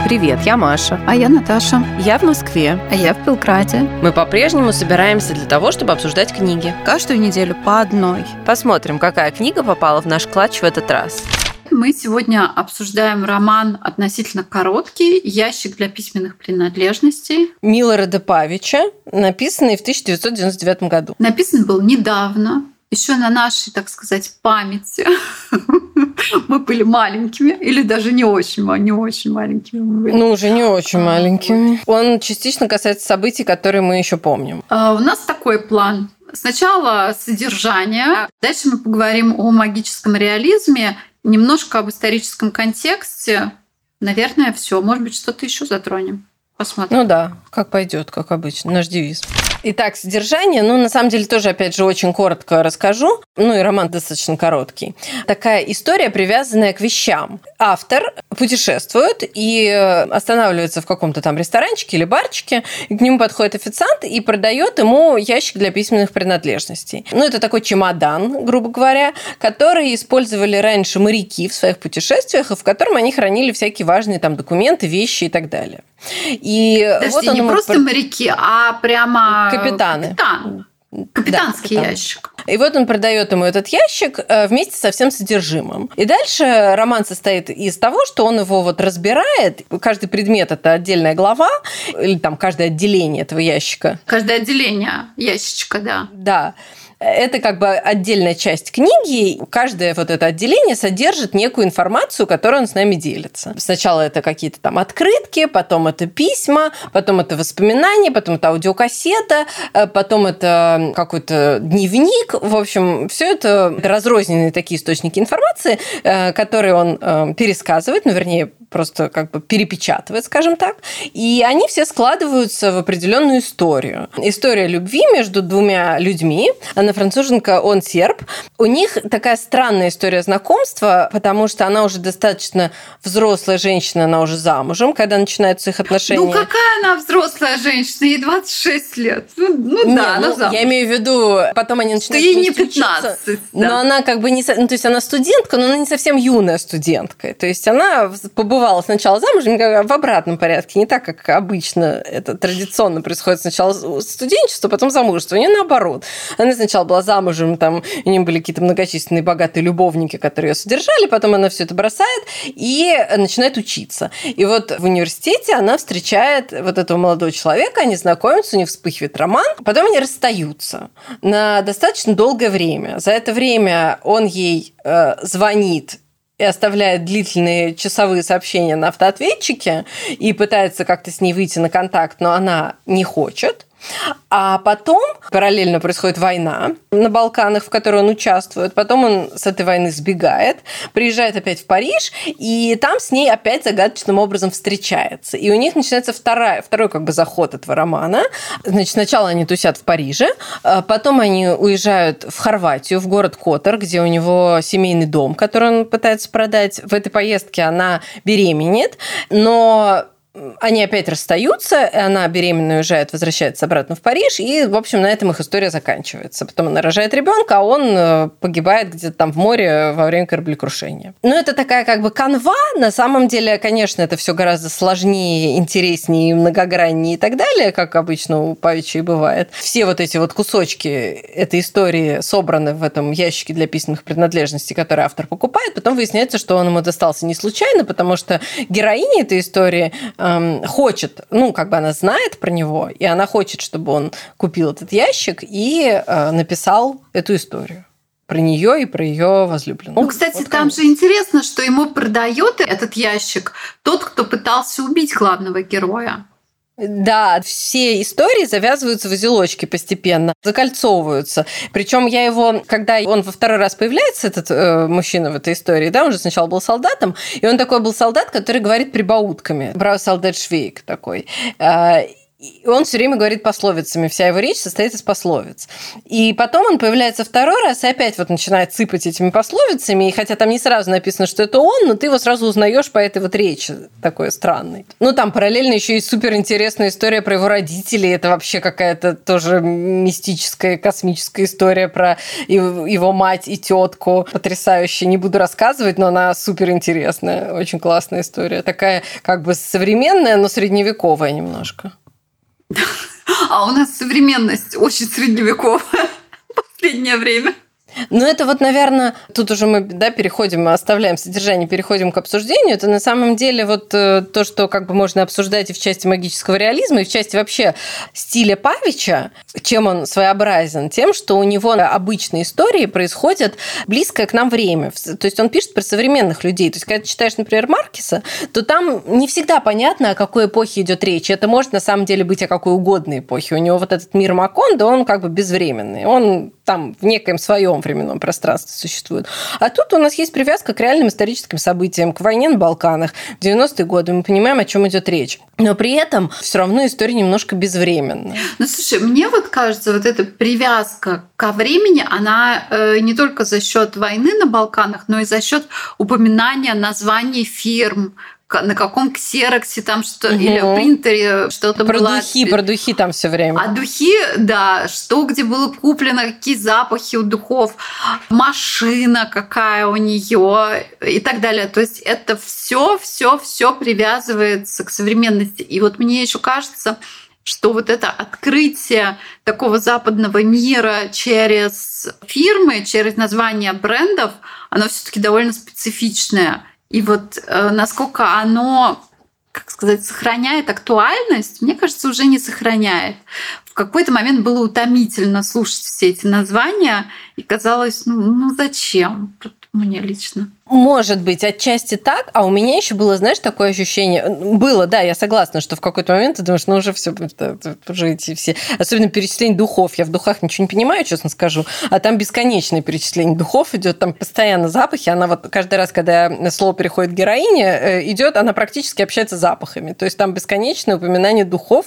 Привет, я Маша. А я Наташа. Я в Москве. А я в Белграде. Мы по-прежнему собираемся для того, чтобы обсуждать книги. Каждую неделю по одной. Посмотрим, какая книга попала в наш клатч в этот раз. Мы сегодня обсуждаем роман относительно короткий «Ящик для письменных принадлежностей» Милора Павича, написанный в 1999 году. Написан был недавно, еще на нашей, так сказать, памяти. Мы были маленькими, или даже не очень маленькими. Ну, уже не очень маленькими. Он частично касается событий, которые мы еще помним. У нас такой план. Сначала содержание, дальше мы поговорим о магическом реализме, немножко об историческом контексте. Наверное, все. Может быть, что-то еще затронем. Посмотрим. Ну да, как пойдет, как обычно, наш девиз. Итак, содержание, на самом деле тоже, опять же, очень коротко расскажу. И роман достаточно короткий. Такая история, привязанная к вещам. Автор путешествует и останавливается в каком-то там ресторанчике или барчике, и к нему подходит официант и продает ему ящик для письменных принадлежностей. Это такой чемодан, грубо говоря, который использовали раньше моряки в своих путешествиях, и в котором они хранили всякие важные там документы, вещи и так далее. И подожди, не просто моряки, а прямо капитаны. Капитанский ящик. И вот он продает ему этот ящик вместе со всем содержимым. И дальше роман состоит из того, что он его разбирает. Каждый предмет – это отдельная глава, или там каждое отделение этого ящика. Каждое отделение ящичка, да. Да. Это как бы отдельная часть книги. Каждое вот это отделение содержит некую информацию, которой он с нами делится. Сначала это какие-то там открытки, потом это письма, потом это воспоминания, потом это аудиокассета, потом это какой-то дневник. В общем, все это разрозненные такие источники информации, которые он пересказывает, вернее, просто как бы перепечатывает, скажем так. И они все складываются в определенную историю. История любви между двумя людьми. Она француженка, он серб. У них такая странная история знакомства, потому что она уже достаточно взрослая женщина, она уже замужем, когда начинаются их отношения. Какая она взрослая женщина? Ей 26 лет. Да, она замужем. Я имею в виду, потом они начинают ей не 15. Учиться, да. Но она как бы не... то есть она студентка, но она не совсем юная студентка. То есть она побывала сначала замужем в обратном порядке, не так, как обычно это традиционно происходит. Сначала студенчество, потом замужество. У нее наоборот. Она сначала была замужем, там у нее были какие-то многочисленные богатые любовники, которые ее содержали, потом она все это бросает и начинает учиться. И вот в университете она встречает вот этого молодого человека, они знакомятся, у них вспыхивает роман, потом они расстаются на достаточно долгое время. За это время он ей звонит и оставляет длительные часовые сообщения на автоответчике и пытается как-то с ней выйти на контакт, но она не хочет. А потом параллельно происходит война на Балканах, в которой он участвует. Потом он с этой войны сбегает, приезжает опять в Париж, и там с ней опять загадочным образом встречается. И у них начинается второй как бы заход этого романа. Значит, сначала они тусят в Париже, потом они уезжают в Хорватию, в город Котор, где у него семейный дом, который он пытается продать. В этой поездке она беременеет, но они опять расстаются, она беременная уезжает, возвращается обратно в Париж, и, в общем, на этом их история заканчивается. Потом она рожает ребенка, а он погибает где-то там в море во время кораблекрушения. Это такая как бы канва. На самом деле, конечно, это все гораздо сложнее, интереснее, многограннее и так далее, как обычно у Павича и бывает. Все вот эти вот кусочки этой истории собраны в этом ящике для письменных принадлежностей, который автор покупает. Потом выясняется, что он ему достался не случайно, потому что героиня этой истории хочет, она знает про него, и она хочет, чтобы он купил этот ящик и написал эту историю про нее и про ее возлюбленного. Кстати, вот там же интересно, что ему продает этот ящик тот, кто пытался убить главного героя. Да, все истории завязываются в узелочки постепенно, закольцовываются. Причем когда он во второй раз появляется, этот мужчина в этой истории, да, он же сначала был солдатом, и он такой был солдат, который говорит прибаутками. Брау солдат Швейк такой. И он все время говорит пословицами. Вся его речь состоит из пословиц. И потом он появляется второй раз и опять вот начинает сыпать этими пословицами. И хотя там не сразу написано, что это он, но ты его сразу узнаешь по этой вот речи такой странной. Ну, там параллельно еще и суперинтересная история про его родителей. Это вообще какая-то тоже мистическая, космическая история про его мать и тетку. Потрясающая. Не буду рассказывать, но она суперинтересная. Очень классная история. Такая как бы современная, но средневековая немножко. А у нас современность очень средневековая в последнее время. Ну, это вот, наверное, тут уже мы переходим, оставляем содержание, переходим к обсуждению. Это на самом деле вот то, что как бы можно обсуждать и в части магического реализма, и в части вообще стиля Павича. Чем он своеобразен? Тем, что у него обычные истории происходят близкое к нам время. То есть он пишет про современных людей. То есть когда ты читаешь, например, Маркеса, то там не всегда понятно, о какой эпохе идет речь. Это может на самом деле быть о какой угодно эпохе. У него вот этот мир Макондо, он как бы безвременный. Он там в некоем своем временном пространстве существует. А тут у нас есть привязка к реальным историческим событиям, к войне на Балканах. В 90-е годы мы понимаем, о чем идет речь. Но при этом все равно история немножко безвременная. Ну, слушай, мне вот кажется, вот эта привязка ко времени, она не только за счет войны на Балканах, но и за счет упоминания названий фирм, на каком ксероксе там что или принтере что-то было. Про духи там все время. А духи, да, что где было куплено, какие запахи у духов, машина какая у нее и так далее. То есть это все привязывается к современности. И вот мне еще кажется, что вот это открытие такого западного мира через фирмы, через названия брендов, оно все-таки довольно специфичное. И вот насколько оно, как сказать, сохраняет актуальность, мне кажется, уже не сохраняет. В какой-то момент было утомительно слушать все эти названия, и казалось, ну зачем? Мне лично. Может быть, отчасти так, а у меня еще было, знаешь, такое ощущение. Было, да, я согласна, что в какой-то момент ты думаешь, уже все, уже эти все, особенно перечисление духов. Я в духах ничего не понимаю, честно скажу, а там бесконечное перечисление духов идет, там постоянно запахи. Она вот каждый раз, когда слово переходит к героине, идет, она практически общается запахами. То есть там бесконечное упоминание духов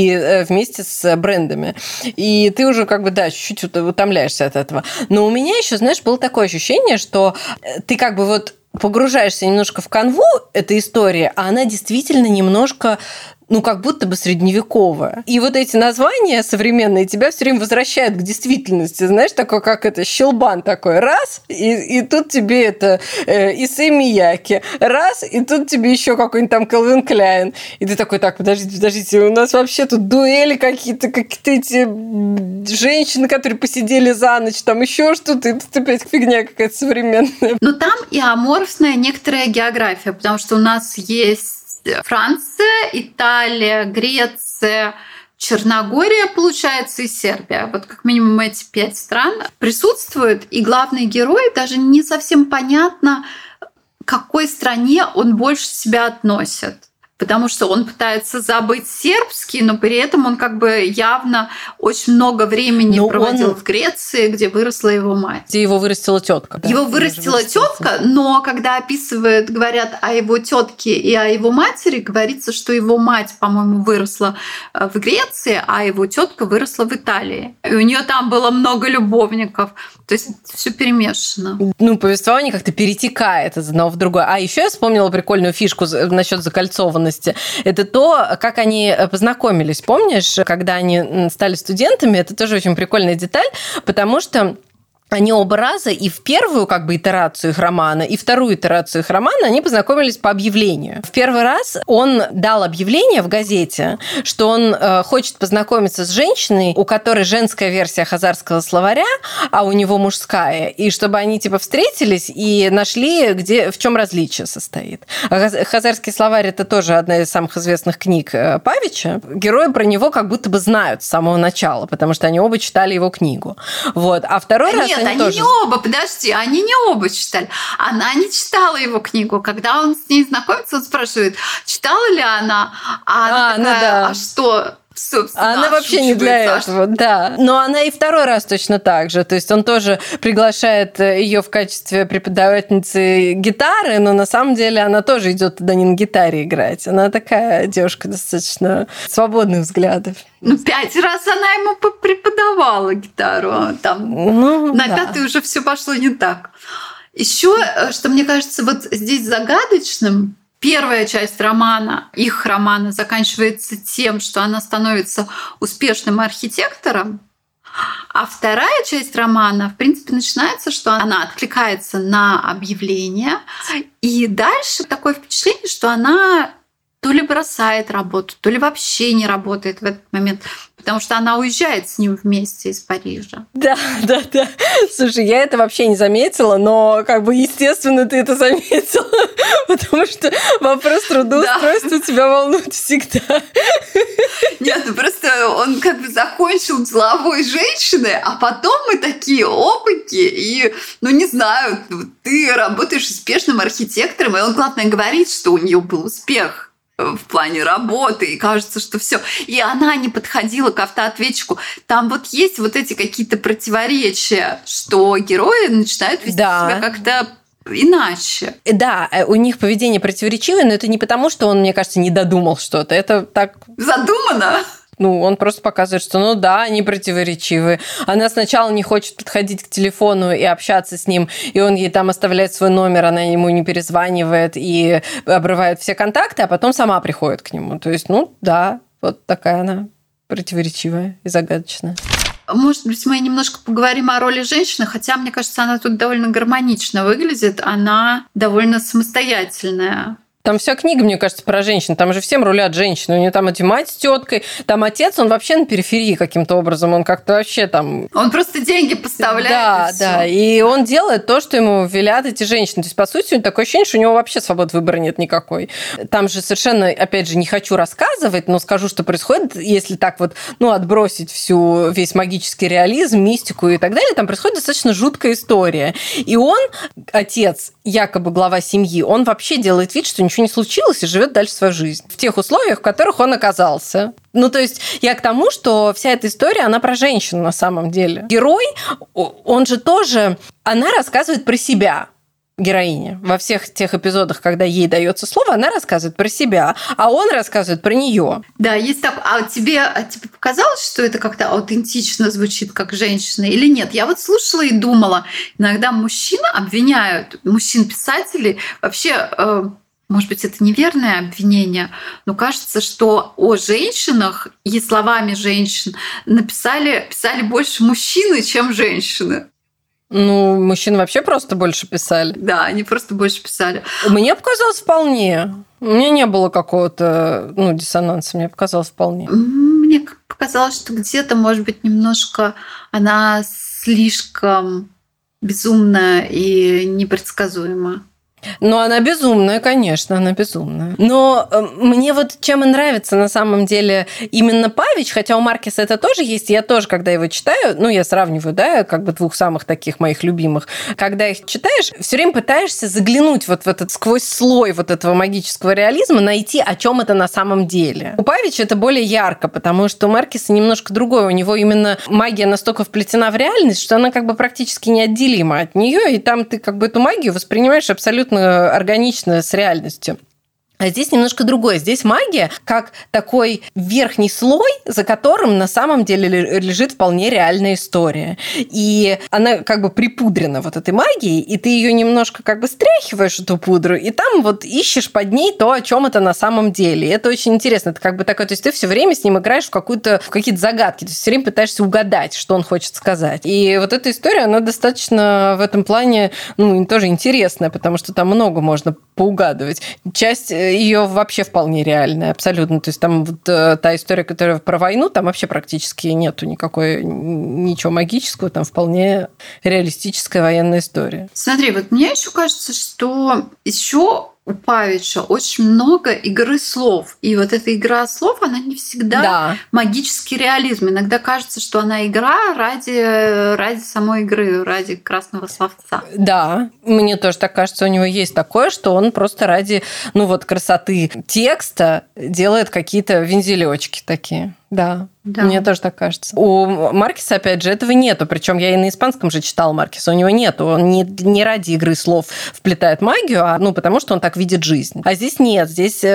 и вместе с брендами. И ты уже как бы, да, чуть-чуть утомляешься от этого. Но у меня еще, знаешь, было такое ощущение, что ты как бы вот погружаешься немножко в канву этой истории, а она действительно немножко, как будто бы средневековая. И вот эти названия современные тебя все время возвращают к действительности. Знаешь, такой, как это, щелбан такой. Раз, и тут тебе это Исэй Мияки. Раз, и тут тебе еще какой-нибудь там Кэлвин Кляйн. И ты такой, так, подождите, у нас вообще тут дуэли какие-то эти женщины, которые посидели за ночь, там еще что-то. И тут опять фигня какая-то современная. Но там и аморфная некоторая география, потому что у нас есть Франция, Италия, Греция, Черногория, получается, и Сербия. Вот как минимум эти 5 стран присутствуют, и главный герой даже не совсем понятно, к какой стране он больше себя относит. Потому что он пытается забыть сербский, но при этом он как бы явно очень много времени проводил в Греции, где выросла его мать. Где его вырастила тетка. Да? Его вырастила тетка, но когда говорят о его тетке и о его матери, говорится, что его мать, по-моему, выросла в Греции, а его тетка выросла в Италии. И у нее там было много любовников. То есть все перемешано. Повествование как-то перетекает из одного в другое. А еще я вспомнила прикольную фишку насчет закольцованности. Это то, как они познакомились. Помнишь, когда они стали студентами? Это тоже очень прикольная деталь, потому что они оба раза и в первую итерацию их романа, и вторую итерацию их романа они познакомились по объявлению. В первый раз он дал объявление в газете, что он хочет познакомиться с женщиной, у которой женская версия хазарского словаря, а у него мужская, и чтобы они встретились и нашли, в чем различие состоит. Хазарский словарь – это тоже одна из самых известных книг Павича. Герои про него как будто бы знают с самого начала, потому что они оба читали его книгу. Вот. А второй раз они тоже... не оба, подожди, они не оба читали. Она не читала его книгу. Когда он с ней знакомится, он спрашивает, читала ли она? А она такая, а что? Собственно, она вообще не для этого, да. Но она и второй раз точно так же. То есть он тоже приглашает ее в качестве преподавательницы гитары, но на самом деле она тоже идет туда не на гитаре играть. Она такая девушка достаточно свободных взглядов. 5 раз она ему преподавала гитару. Там на 5-й уже все пошло не так. Еще, что мне кажется, вот здесь загадочным, первая часть романа, их романа, заканчивается тем, что она становится успешным архитектором, а вторая часть романа, в принципе, начинается, что она откликается на объявление, и дальше такое впечатление, что она то ли бросает работу, то ли вообще не работает в этот момент, потому что она уезжает с ним вместе из Парижа. Да. Слушай, я это вообще не заметила, но естественно, ты это заметила, потому что вопрос трудоустройства тебя волнует всегда. Нет, просто он закончил деловой женщиной, а потом мы такие опыки, и, не знаю, ты работаешь успешным архитектором, и он, главное, говорит, что у нее был успех в плане работы, и кажется, что все. И она не подходила к автоответчику. Там есть эти какие-то противоречия, что герои начинают вести себя как-то иначе. Да, у них поведение противоречивое, но это не потому, что он, мне кажется, не додумал что-то. Это так... Задумано? Он просто показывает, что, они противоречивые. Она сначала не хочет подходить к телефону и общаться с ним, и он ей там оставляет свой номер, она ему не перезванивает и обрывает все контакты, а потом сама приходит к нему. То есть, вот такая она противоречивая и загадочная. Может быть, мы немножко поговорим о роли женщины, хотя, мне кажется, она тут довольно гармонично выглядит, она довольно самостоятельная. Там вся книга, мне кажется, про женщин. Там же всем рулят женщины. У нее там эти мать с теткой, там отец, он вообще на периферии каким-то образом. Он как-то вообще там... Он просто деньги поставляет. Да. И он делает то, что ему велят эти женщины. То есть, по сути, такое ощущение, что у него вообще свободы выбора нет никакой. Там же совершенно, опять же, не хочу рассказывать, но скажу, что происходит, если так отбросить весь магический реализм, мистику и так далее, там происходит достаточно жуткая история. И он, отец, якобы глава семьи, он вообще делает вид, что ничего не случилось и живет дальше свою жизнь в тех условиях, в которых он оказался. То есть я к тому, что вся эта история, она про женщину на самом деле. Герой, он же тоже... Она рассказывает про себя, героиня. Во всех тех эпизодах, когда ей дается слово, она рассказывает про себя, а он рассказывает про нее. Да, есть так. А тебе показалось, что это как-то аутентично звучит, как женщина, или нет? Я слушала и думала, иногда мужчин обвиняют, мужчин-писателей вообще... Может быть, это неверное обвинение, но кажется, что о женщинах и словами женщин писали больше мужчины, чем женщины. Мужчины вообще просто больше писали. Да, они просто больше писали. Мне показалось вполне. У меня не было какого-то диссонанса, мне показалось вполне. Мне показалось, что где-то, может быть, немножко она слишком безумная и непредсказуема. Она безумная, конечно, она безумная. Но мне чем и нравится на самом деле именно Павич, хотя у Маркеса это тоже есть, я тоже, когда его читаю, я сравниваю, двух самых таких моих любимых, когда их читаешь, все время пытаешься заглянуть в этот сквозь слой этого магического реализма, найти, о чем это на самом деле. У Павича это более ярко, потому что у Маркеса немножко другое, у него именно магия настолько вплетена в реальность, что она практически неотделима от нее, и там ты эту магию воспринимаешь абсолютно органично с реальностью. А здесь немножко другое. Здесь магия как такой верхний слой, за которым на самом деле лежит вполне реальная история. И она припудрена этой магией, и ты ее немножко стряхиваешь, эту пудру, и там ищешь под ней то, о чем это на самом деле. И это очень интересно. Это такое, то есть ты все время с ним играешь в какие-то загадки, то есть все время пытаешься угадать, что он хочет сказать. И эта история, она достаточно в этом плане, тоже интересная, потому что там много можно поугадывать. Часть ее вообще вполне реальная, абсолютно. То есть там та история, которая про войну, там вообще практически нету ничего магического, там вполне реалистическая военная история. Смотри, мне еще кажется, что еще у Павича очень много игры слов. И вот эта игра слов, она не всегда магический реализм. Иногда кажется, что она игра ради самой игры, ради красного словца. Да, мне тоже так кажется, у него есть такое, что он просто ради, красоты текста делает какие-то вензелечки такие. Да, мне тоже так кажется. У Маркеса, опять же, этого нету. Причем я и на испанском же читала Маркеса. У него нету. Он не ради игры слов вплетает магию, а потому что он так видит жизнь. А здесь нет. Здесь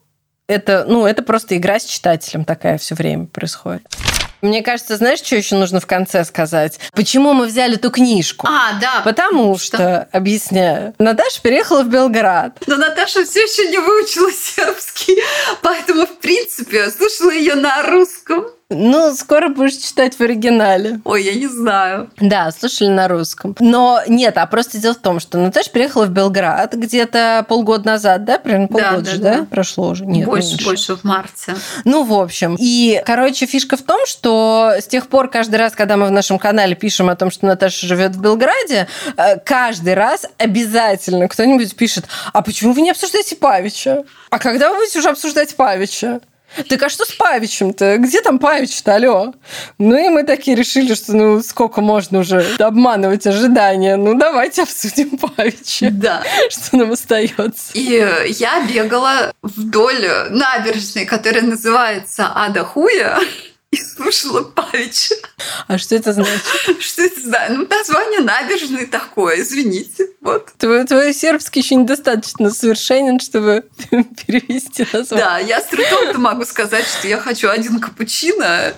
это просто игра с читателем такая все время происходит. Мне кажется, знаешь, что еще нужно в конце сказать? Почему мы взяли ту книжку? Да. Потому что, объясняю, Наташа переехала в Белград. Но Наташа все еще не выучила сербский, поэтому, в принципе, слушала ее на русском. Скоро будешь читать в оригинале. Ой, я не знаю. Да, слушали на русском. Но нет, просто дело в том, что Наташа переехала в Белград где-то полгода назад, да? Примерно полгода да? Прошло уже? Нет, больше в марте. В общем. И, фишка в том, что с тех пор каждый раз, когда мы в нашем канале пишем о том, что Наташа живет в Белграде, каждый раз обязательно кто-нибудь пишет: а почему вы не обсуждаете Павича? А когда вы будете уже обсуждать Павича? Так а что с Павичем-то? Где там Павич-то, алло? И мы такие решили, что сколько можно уже обманывать ожидания. Давайте обсудим Павича. Да. Что нам остается? И я бегала вдоль набережной, которая называется Ада Хуя, и слушала Павича. А что это значит? Что это значит? Название набережной такое, извините. Вот. Твой сербский еще недостаточно совершенен, чтобы перевести название. Да, я с трудом могу сказать, что я хочу 1 капучино,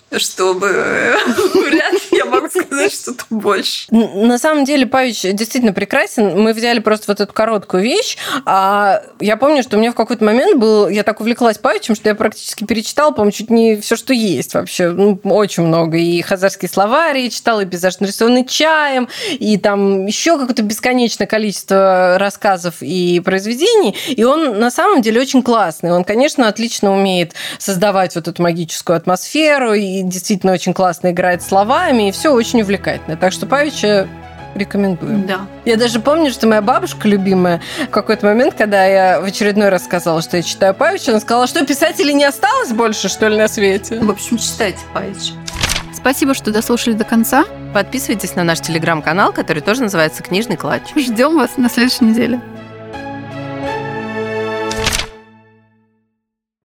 чтобы вряд ли я могу сказать что-то больше. На самом деле Павич действительно прекрасен. Мы взяли просто вот эту короткую вещь. А я помню, что у меня в какой-то момент я так увлеклась Павичем, что я практически перечитала, по-моему, чуть не все, что есть вообще. Очень много. И хазарские словари я читала, и пейзаж, нарисованный чаем, и там еще какое-то бесконечное количество рассказов и произведений. И он на самом деле очень классный. Он, конечно, отлично умеет создавать вот эту магическую атмосферу, и действительно очень классно играет словами, и все очень увлекательно. Так что Павича рекомендуем. Да. Я даже помню, что моя бабушка любимая в какой-то момент, когда я в очередной раз сказала, что я читаю Павича, она сказала: что писателей не осталось больше, что ли, на свете? В общем, читайте Павича. Спасибо, что дослушали до конца. Подписывайтесь на наш телеграм-канал, который тоже называется «Книжный клатч». Ждем вас на следующей неделе.